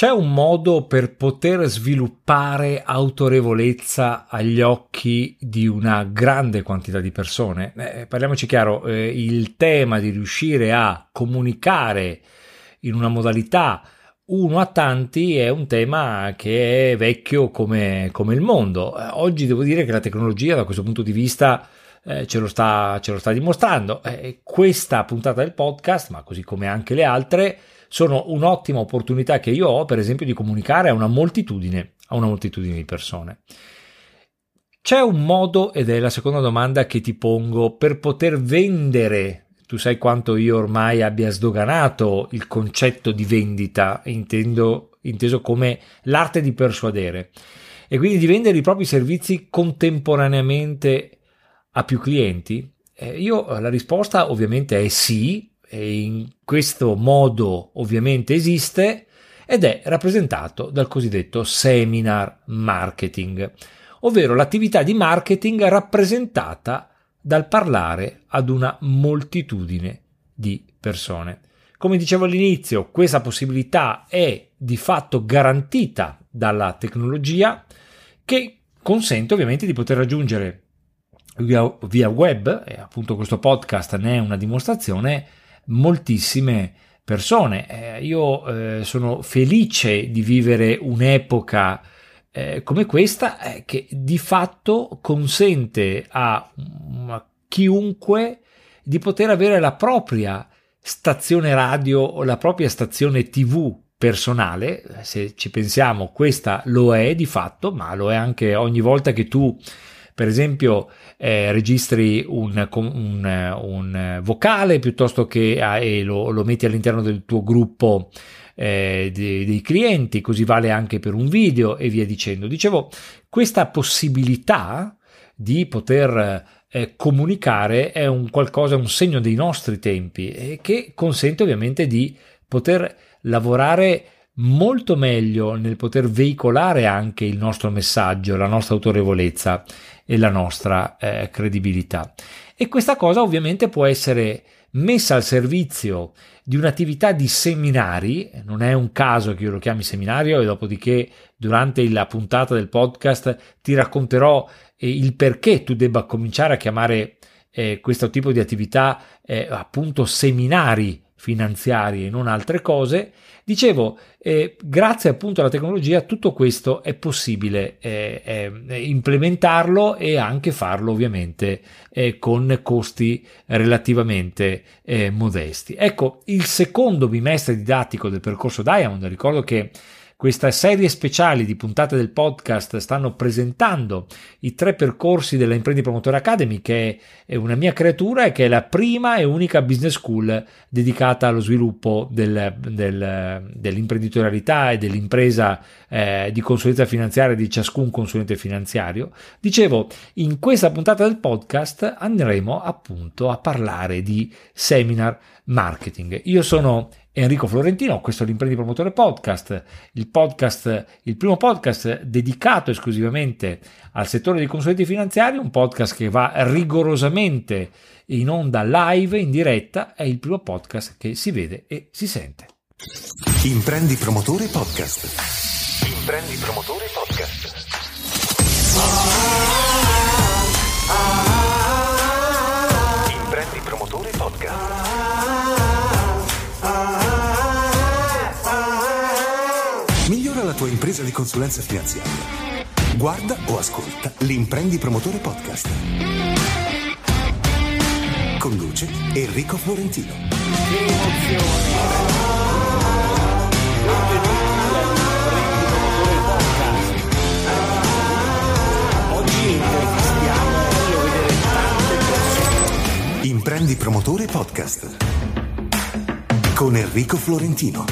C'è un modo per poter sviluppare autorevolezza agli occhi di una grande quantità di persone? Parliamoci chiaro, il tema di riuscire a comunicare in una modalità uno a tanti è un tema che è vecchio come il mondo. Oggi devo dire che la tecnologia da questo punto di vista ce lo sta dimostrando. Questa puntata del podcast, ma così come anche le altre, sono un'ottima opportunità che io ho, per esempio, di comunicare a una moltitudine di persone. C'è un modo, ed è la seconda domanda che ti pongo, per poter vendere. Tu sai quanto io ormai abbia sdoganato il concetto di vendita, inteso come l'arte di persuadere, e quindi di vendere i propri servizi contemporaneamente a più clienti. La risposta ovviamente è sì, e in questo modo ovviamente esiste, ed è rappresentato dal cosiddetto seminar marketing, ovvero l'attività di marketing rappresentata dal parlare ad una moltitudine di persone. Come dicevo all'inizio, questa possibilità è di fatto garantita dalla tecnologia, che consente ovviamente di poter raggiungere via web, e appunto questo podcast ne è una dimostrazione, moltissime persone. Io sono felice di vivere un'epoca come questa, che di fatto consente a chiunque di poter avere la propria stazione radio o la propria stazione TV personale. Se ci pensiamo, questa lo è di fatto, ma lo è anche ogni volta che tu, per esempio, registri un vocale piuttosto che e lo metti all'interno del tuo gruppo dei clienti. Così vale anche per un video e via dicendo. Dicevo, questa possibilità di poter comunicare è un segno dei nostri tempi, e che consente ovviamente di poter lavorare molto meglio nel poter veicolare anche il nostro messaggio, la nostra autorevolezza e la nostra credibilità. E questa cosa ovviamente può essere messa al servizio di un'attività di seminari. Non è un caso che io lo chiami seminario, e dopodiché durante la puntata del podcast ti racconterò il perché tu debba cominciare a chiamare questo tipo di attività appunto seminari finanziari e non altre cose. Dicevo, grazie appunto alla tecnologia tutto questo è possibile implementarlo, e anche farlo ovviamente con costi relativamente modesti. Ecco, il secondo bimestre didattico del percorso Diamond. Ricordo che questa serie speciale di puntate del podcast stanno presentando i 3 percorsi della Imprendi Promotore Academy, che è una mia creatura e che è la prima e unica business school dedicata allo sviluppo dell'imprenditorialità e dell'impresa di consulenza finanziaria di ciascun consulente finanziario. Dicevo, in questa puntata del podcast andremo appunto a parlare di seminar marketing. Io sono Enrico Florentino, questo è l'Imprendi Promotore Podcast, il primo podcast dedicato esclusivamente al settore dei consulenti finanziari, un podcast che va rigorosamente in onda live, in diretta. È il primo podcast che si vede e si sente. Imprendi Promotore Podcast. Imprendi Promotore Podcast. Imprendi Promotore Podcast. Migliora la tua impresa di consulenza finanziaria. Guarda o ascolta l'Imprendi Promotore Podcast. Conduce Enrico Florentino. Che emozione! Oggi intervistiamo, voglio vedere tante persone. Imprendi Promotore Podcast con Enrico Florentino.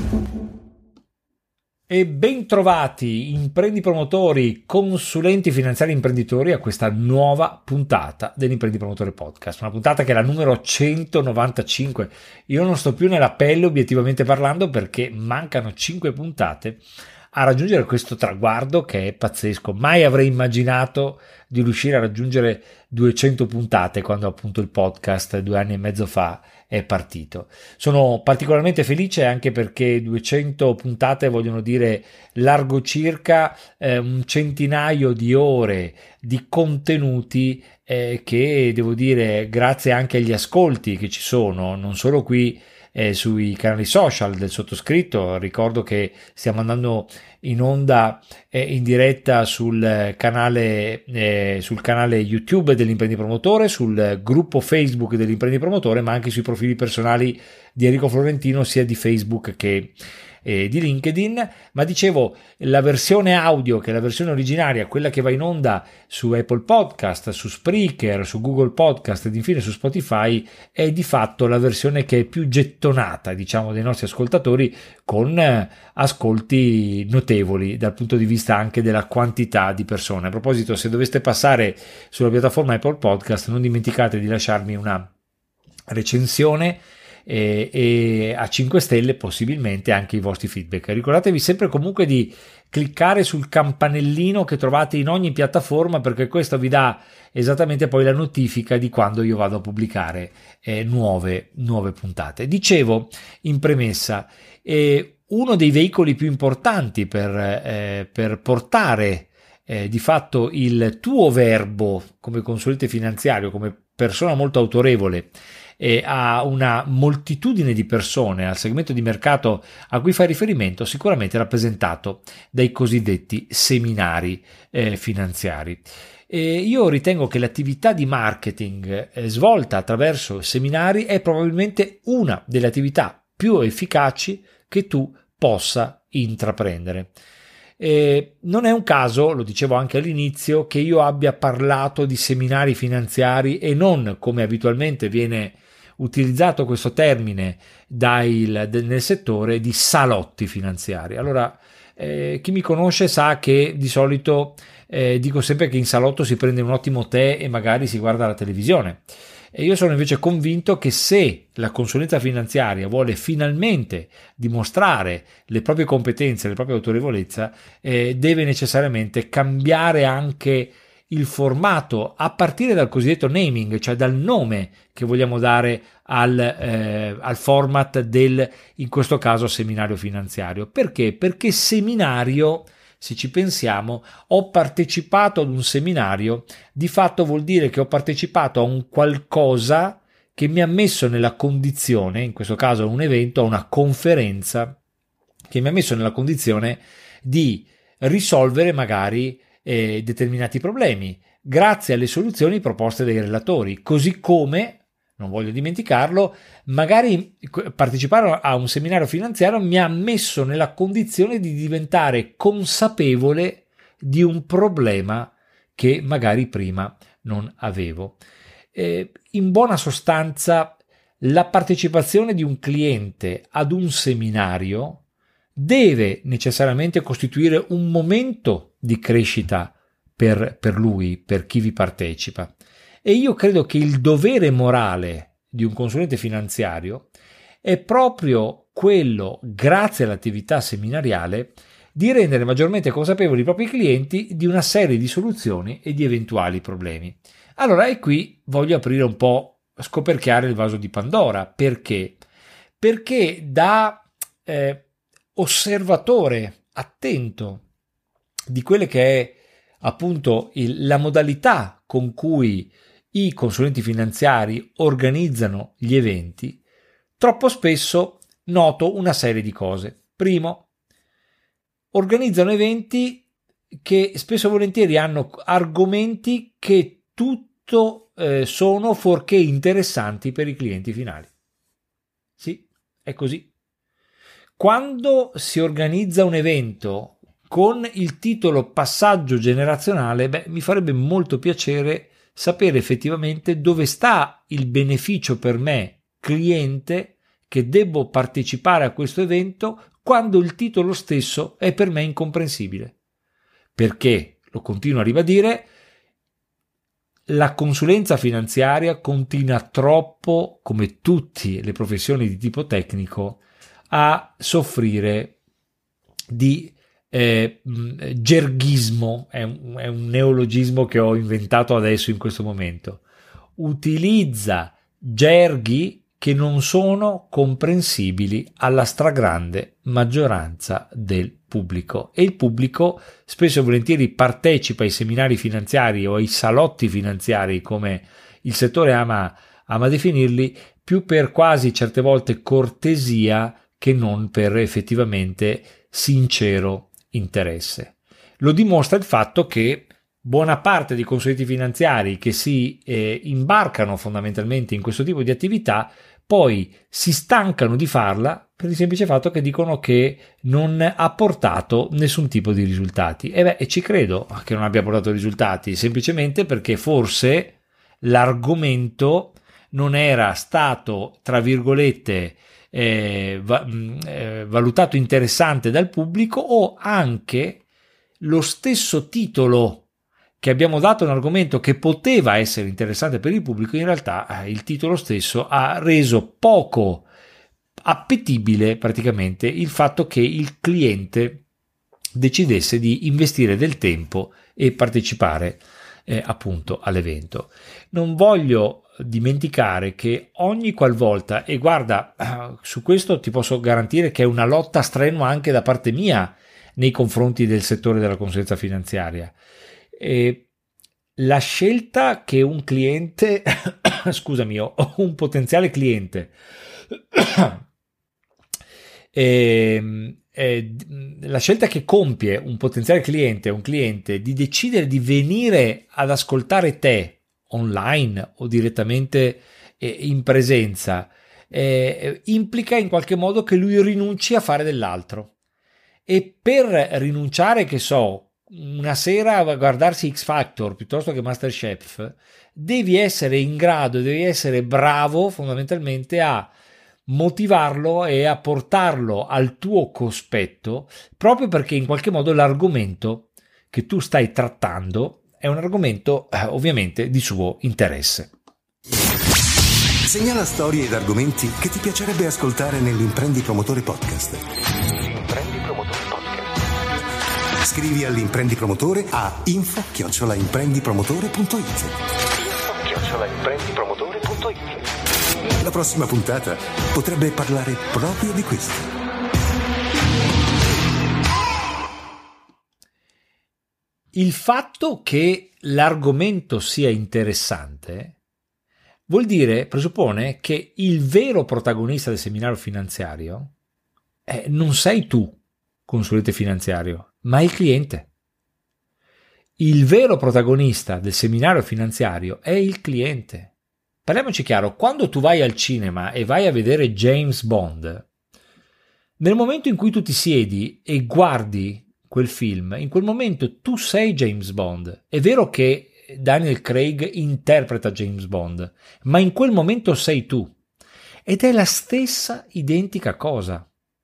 E ben trovati imprendi promotori, consulenti finanziari imprenditori a questa nuova puntata dell'Imprendi Promotore Podcast, una puntata che è la numero 195. Io non sto più nella pelle, obiettivamente parlando, perché mancano 5 puntate a raggiungere questo traguardo che è pazzesco. Mai avrei immaginato di riuscire a raggiungere 200 puntate quando appunto il podcast 2 anni e mezzo fa è partito. Sono particolarmente felice anche perché 200 puntate vogliono dire largo circa un centinaio di ore di contenuti che devo dire grazie anche agli ascolti che ci sono, non solo qui sui canali social del sottoscritto. Ricordo che stiamo andando in onda in diretta sul canale YouTube dell'Imprendi-Promotore, sul gruppo Facebook dell'Imprendi-Promotore, ma anche sui profili personali di Enrico Florentino, sia di Facebook che di LinkedIn. Ma dicevo, la versione audio, che è la versione originaria, quella che va in onda su Apple Podcast, su Spreaker, su Google Podcast ed infine su Spotify, è di fatto la versione che è più gettonata, diciamo, dei nostri ascoltatori, con ascolti notevoli dal punto di vista anche della quantità di persone. A proposito, se doveste passare sulla piattaforma Apple Podcast, non dimenticate di lasciarmi una recensione e a 5 stelle, possibilmente anche i vostri feedback. Ricordatevi sempre comunque di cliccare sul campanellino che trovate in ogni piattaforma, perché questo vi dà esattamente poi la notifica di quando io vado a pubblicare nuove puntate. Dicevo in premessa, uno dei veicoli più importanti per portare di fatto il tuo verbo come consulente finanziario, come persona molto autorevole, a una moltitudine di persone, al segmento di mercato a cui fai riferimento, sicuramente rappresentato dai cosiddetti seminari finanziari. Io ritengo che l'attività di marketing svolta attraverso seminari è probabilmente una delle attività più efficaci che tu possa intraprendere. Non è un caso, lo dicevo anche all'inizio, che io abbia parlato di seminari finanziari e non, come abitualmente viene utilizzato questo termine nel settore, di salotti finanziari. Allora, chi mi conosce sa che di solito dico sempre che in salotto si prende un ottimo tè e magari si guarda la televisione. E io sono invece convinto che se la consulenza finanziaria vuole finalmente dimostrare le proprie competenze, le proprie autorevolezza, deve necessariamente cambiare anche il formato, a partire dal cosiddetto naming, cioè dal nome che vogliamo dare al format in questo caso, seminario finanziario. Perché? Perché seminario, se ci pensiamo, ho partecipato ad un seminario, di fatto vuol dire che ho partecipato a un qualcosa che mi ha messo nella condizione, in questo caso a un evento, a una conferenza, che mi ha messo nella condizione di risolvere magari determinati problemi grazie alle soluzioni proposte dai relatori, così come, non voglio dimenticarlo, magari partecipare a un seminario finanziario mi ha messo nella condizione di diventare consapevole di un problema che magari prima non avevo. In buona sostanza, la partecipazione di un cliente ad un seminario deve necessariamente costituire un momento di crescita per lui, per chi vi partecipa. E io credo che il dovere morale di un consulente finanziario è proprio quello, grazie all'attività seminariale, di rendere maggiormente consapevoli i propri clienti di una serie di soluzioni e di eventuali problemi. Allora, e qui voglio aprire un po', scoperchiare il vaso di Pandora. Perché? Perché da osservatore attento di quelle che è appunto la modalità con cui i consulenti finanziari organizzano gli eventi, troppo spesso noto una serie di cose. Primo, organizzano eventi che spesso e volentieri hanno argomenti che tutto sono fuorché interessanti per i clienti finali. Sì, è così. Quando si organizza un evento con il titolo passaggio generazionale, mi farebbe molto piacere sapere effettivamente dove sta il beneficio per me, cliente, che devo partecipare a questo evento quando il titolo stesso è per me incomprensibile. Perché, lo continuo a ribadire, la consulenza finanziaria continua troppo, come tutte le professioni di tipo tecnico, a soffrire di gerghismo, è un neologismo che ho inventato adesso in questo momento. Utilizza gerghi che non sono comprensibili alla stragrande maggioranza del pubblico, e il pubblico spesso e volentieri partecipa ai seminari finanziari o ai salotti finanziari, come il settore ama definirli, più per quasi certe volte cortesia che non per effettivamente sincero interesse. Lo dimostra il fatto che buona parte dei consulenti finanziari che si imbarcano fondamentalmente in questo tipo di attività poi si stancano di farla per il semplice fatto che dicono che non ha portato nessun tipo di risultati. E ci credo che non abbia portato risultati, semplicemente perché forse l'argomento non era stato, tra virgolette, valutato interessante dal pubblico, o anche lo stesso titolo che abbiamo dato a un argomento che poteva essere interessante per il pubblico, in realtà il titolo stesso ha reso poco appetibile praticamente il fatto che il cliente decidesse di investire del tempo e partecipare appunto all'evento. Non voglio dimenticare che ogni qualvolta, e guarda, su questo ti posso garantire che è una lotta strenua anche da parte mia nei confronti del settore della consulenza finanziaria, la scelta che un cliente scusami, o un potenziale cliente la scelta che compie un potenziale cliente, un cliente, di decidere di venire ad ascoltare te online o direttamente in presenza, implica in qualche modo che lui rinunci a fare dell'altro. E per rinunciare, che so, una sera a guardarsi X Factor piuttosto che MasterChef, devi essere in grado, devi essere bravo fondamentalmente a motivarlo e a portarlo al tuo cospetto, proprio perché in qualche modo l'argomento che tu stai trattando è un argomento ovviamente di suo interesse. Segnala storie ed argomenti che ti piacerebbe ascoltare nell'Imprendi Promotore Podcast. Scrivi all'Imprendi Promotore a info@imprendipromotore.it. La prossima puntata potrebbe parlare proprio di questo. Il fatto che l'argomento sia interessante presuppone che il vero protagonista del seminario finanziario non sei tu, consulente finanziario, ma il cliente. Il vero protagonista del seminario finanziario è il cliente. Parliamoci chiaro, quando tu vai al cinema e vai a vedere James Bond, nel momento in cui tu ti siedi e guardi quel film, in quel momento tu sei James Bond. È vero che Daniel Craig interpreta James Bond, ma in quel momento sei tu. Ed è la stessa identica cosa.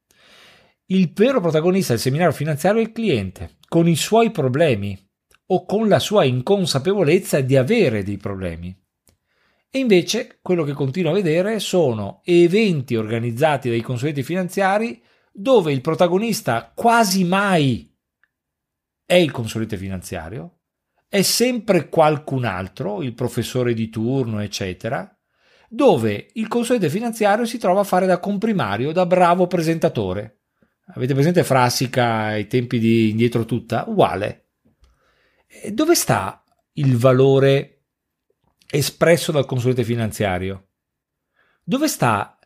Il vero protagonista del seminario finanziario è il cliente, con i suoi problemi o con la sua inconsapevolezza di avere dei problemi. E invece quello che continuo a vedere sono eventi organizzati dai consulenti finanziari dove il protagonista quasi mai è il consulente finanziario, è sempre qualcun altro, il professore di turno, eccetera, dove il consulente finanziario si trova a fare da comprimario, da bravo presentatore. Avete presente Frassica ai tempi di Indietro Tutta? Uguale. E dove sta il valore espresso dal consulente finanziario? Dove sta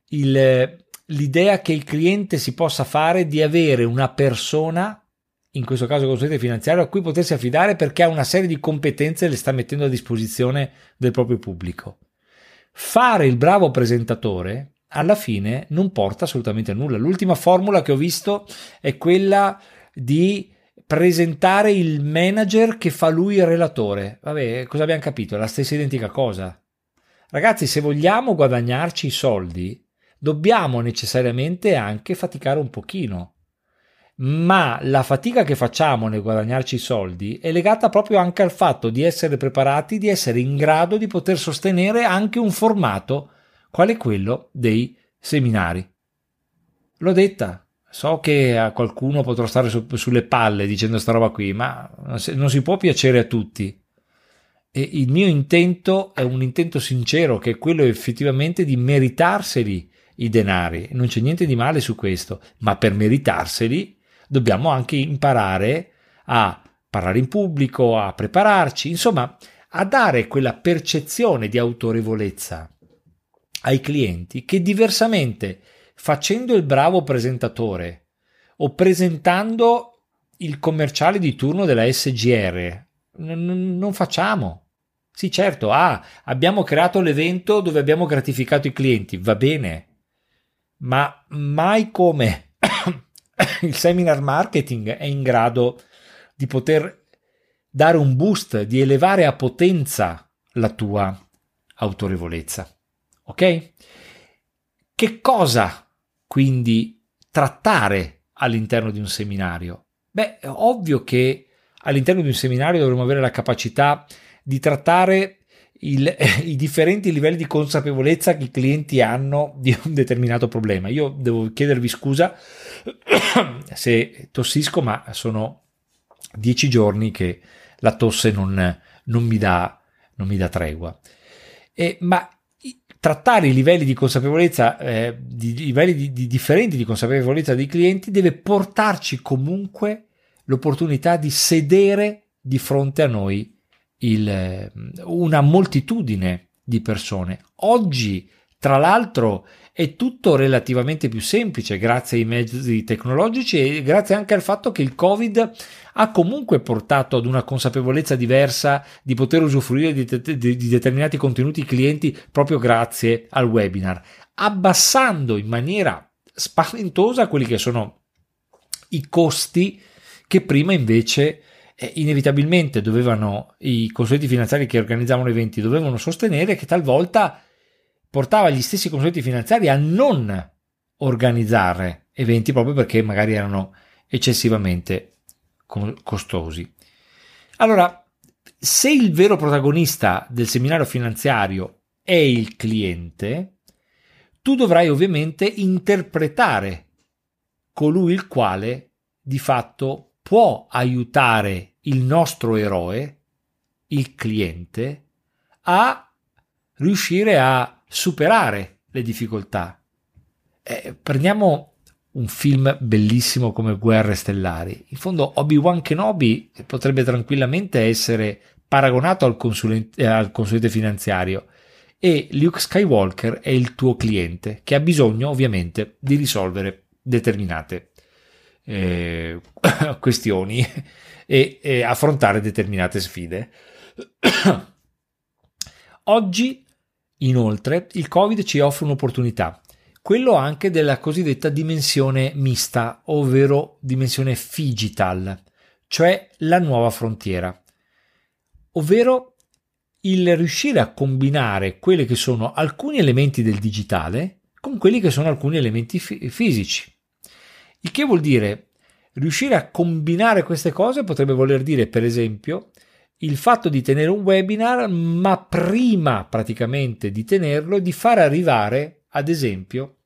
l'idea che il cliente si possa fare di avere una persona, in questo caso il consulente finanziario, a cui potersi affidare perché ha una serie di competenze e le sta mettendo a disposizione del proprio pubblico? Fare il bravo presentatore alla fine non porta assolutamente a nulla. L'ultima formula che ho visto è quella di presentare il manager che fa lui il relatore. Vabbè, cosa abbiamo capito? È la stessa identica cosa. Ragazzi, se vogliamo guadagnarci i soldi, dobbiamo necessariamente anche faticare un pochino. Ma la fatica che facciamo nel guadagnarci i soldi è legata proprio anche al fatto di essere preparati, di essere in grado di poter sostenere anche un formato quale quello dei seminari. L'ho detta, so che a qualcuno potrò stare sulle palle dicendo sta roba qui, ma non si può piacere a tutti. E il mio intento è un intento sincero, che è quello effettivamente di meritarseli i denari. Non c'è niente di male su questo, ma per meritarseli dobbiamo anche imparare a parlare in pubblico, a prepararci, insomma, a dare quella percezione di autorevolezza ai clienti che diversamente, facendo il bravo presentatore o presentando il commerciale di turno della SGR, non facciamo. Sì, certo, abbiamo creato l'evento dove abbiamo gratificato i clienti, va bene, ma mai come il seminar marketing è in grado di poter dare un boost, di elevare a potenza la tua autorevolezza. Ok? Che cosa quindi trattare all'interno di un seminario? Beh, è ovvio che all'interno di un seminario dovremo avere la capacità di trattare i differenti livelli di consapevolezza che i clienti hanno di un determinato problema. Io devo chiedervi scusa se tossisco, ma sono 10 giorni che la tosse non mi dà tregua. Ma trattare i livelli di consapevolezza, livelli differenti di consapevolezza dei clienti, deve portarci comunque l'opportunità di sedere di fronte a noi una moltitudine di persone. Oggi, tra l'altro, è tutto relativamente più semplice grazie ai mezzi tecnologici e grazie anche al fatto che il Covid ha comunque portato ad una consapevolezza diversa di poter usufruire di determinati contenuti clienti proprio grazie al webinar, abbassando in maniera spaventosa quelli che sono i costi che prima invece inevitabilmente i consulenti finanziari che organizzavano eventi dovevano sostenere, che talvolta portava gli stessi consulenti finanziari a non organizzare eventi proprio perché magari erano eccessivamente costosi. Allora, se il vero protagonista del seminario finanziario è il cliente, tu dovrai ovviamente interpretare colui il quale di fatto può aiutare il nostro eroe, il cliente, a riuscire a superare le difficoltà. Prendiamo un film bellissimo come Guerre Stellari. In fondo Obi-Wan Kenobi potrebbe tranquillamente essere paragonato al consulente finanziario, e Luke Skywalker è il tuo cliente che ha bisogno ovviamente di risolvere determinate questioni e affrontare determinate sfide. Oggi, inoltre, il Covid ci offre un'opportunità, quello anche della cosiddetta dimensione mista, ovvero dimensione phygital, cioè la nuova frontiera, ovvero il riuscire a combinare quelli che sono alcuni elementi del digitale con quelli che sono alcuni elementi fisici. Il che vuol dire riuscire a combinare queste cose. Potrebbe voler dire, per esempio, il fatto di tenere un webinar, ma prima praticamente di tenerlo, di far arrivare, ad esempio,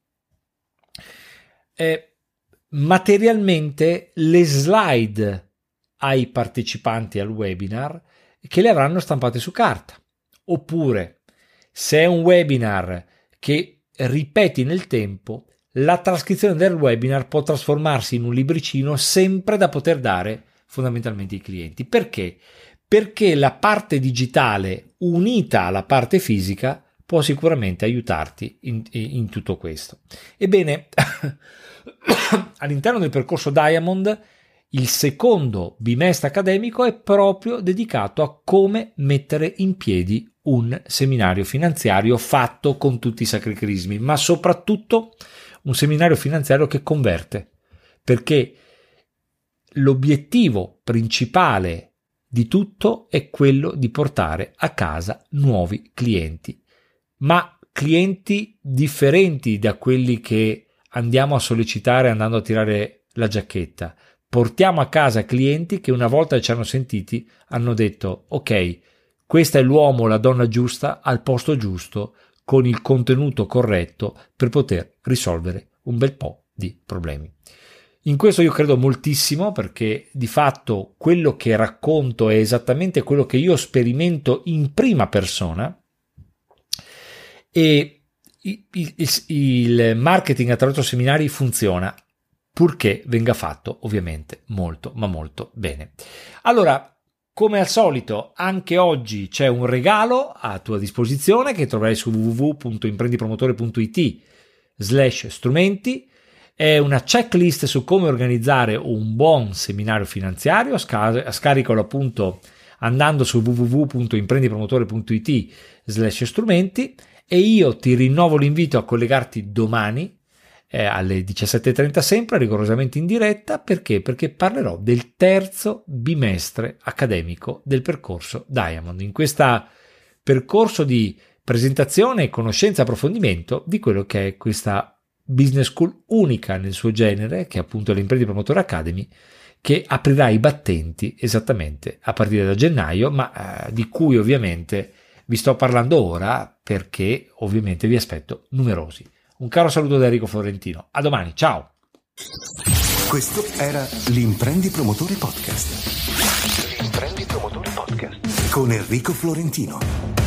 materialmente le slide ai partecipanti al webinar che le avranno stampate su carta. Oppure, se è un webinar che ripeti nel tempo, la trascrizione del webinar può trasformarsi in un libricino sempre da poter dare fondamentalmente ai clienti. Perché? Perché la parte digitale unita alla parte fisica può sicuramente aiutarti in tutto questo. Ebbene, all'interno del percorso Diamond, il secondo bimestre accademico è proprio dedicato a come mettere in piedi un seminario finanziario fatto con tutti i sacri crismi, ma soprattutto un seminario finanziario che converte, perché l'obiettivo principale di tutto è quello di portare a casa nuovi clienti, ma clienti differenti da quelli che andiamo a sollecitare andando a tirare la giacchetta. Portiamo a casa clienti che una volta che ci hanno sentiti hanno detto: ok, questa è l'uomo o la donna giusta al posto giusto, con il contenuto corretto per poter risolvere un bel po' di problemi. In questo io credo moltissimo, perché di fatto quello che racconto è esattamente quello che io sperimento in prima persona, e il marketing attraverso seminari funziona, purché venga fatto ovviamente molto ma molto bene. Allora, come al solito, anche oggi c'è un regalo a tua disposizione che troverai su www.imprendipromotore.it/strumenti. È una checklist su come organizzare un buon seminario finanziario. Scaricalo appunto andando su www.imprendipromotore.it/strumenti, e io ti rinnovo l'invito a collegarti domani alle 17:30, sempre rigorosamente in diretta. Perché parlerò del terzo bimestre accademico del percorso Diamond, in questo percorso di presentazione, conoscenza e approfondimento di quello che è questa business school unica nel suo genere, che è appunto l'Imprendi Promotore Academy, che aprirà i battenti esattamente a partire da gennaio, ma di cui ovviamente vi sto parlando ora perché ovviamente vi aspetto numerosi. Un caro saluto da Enrico Florentino. A domani, ciao! Questo era l'Imprendi Promotore Podcast. L'Imprendi Promotore Podcast con Enrico Florentino.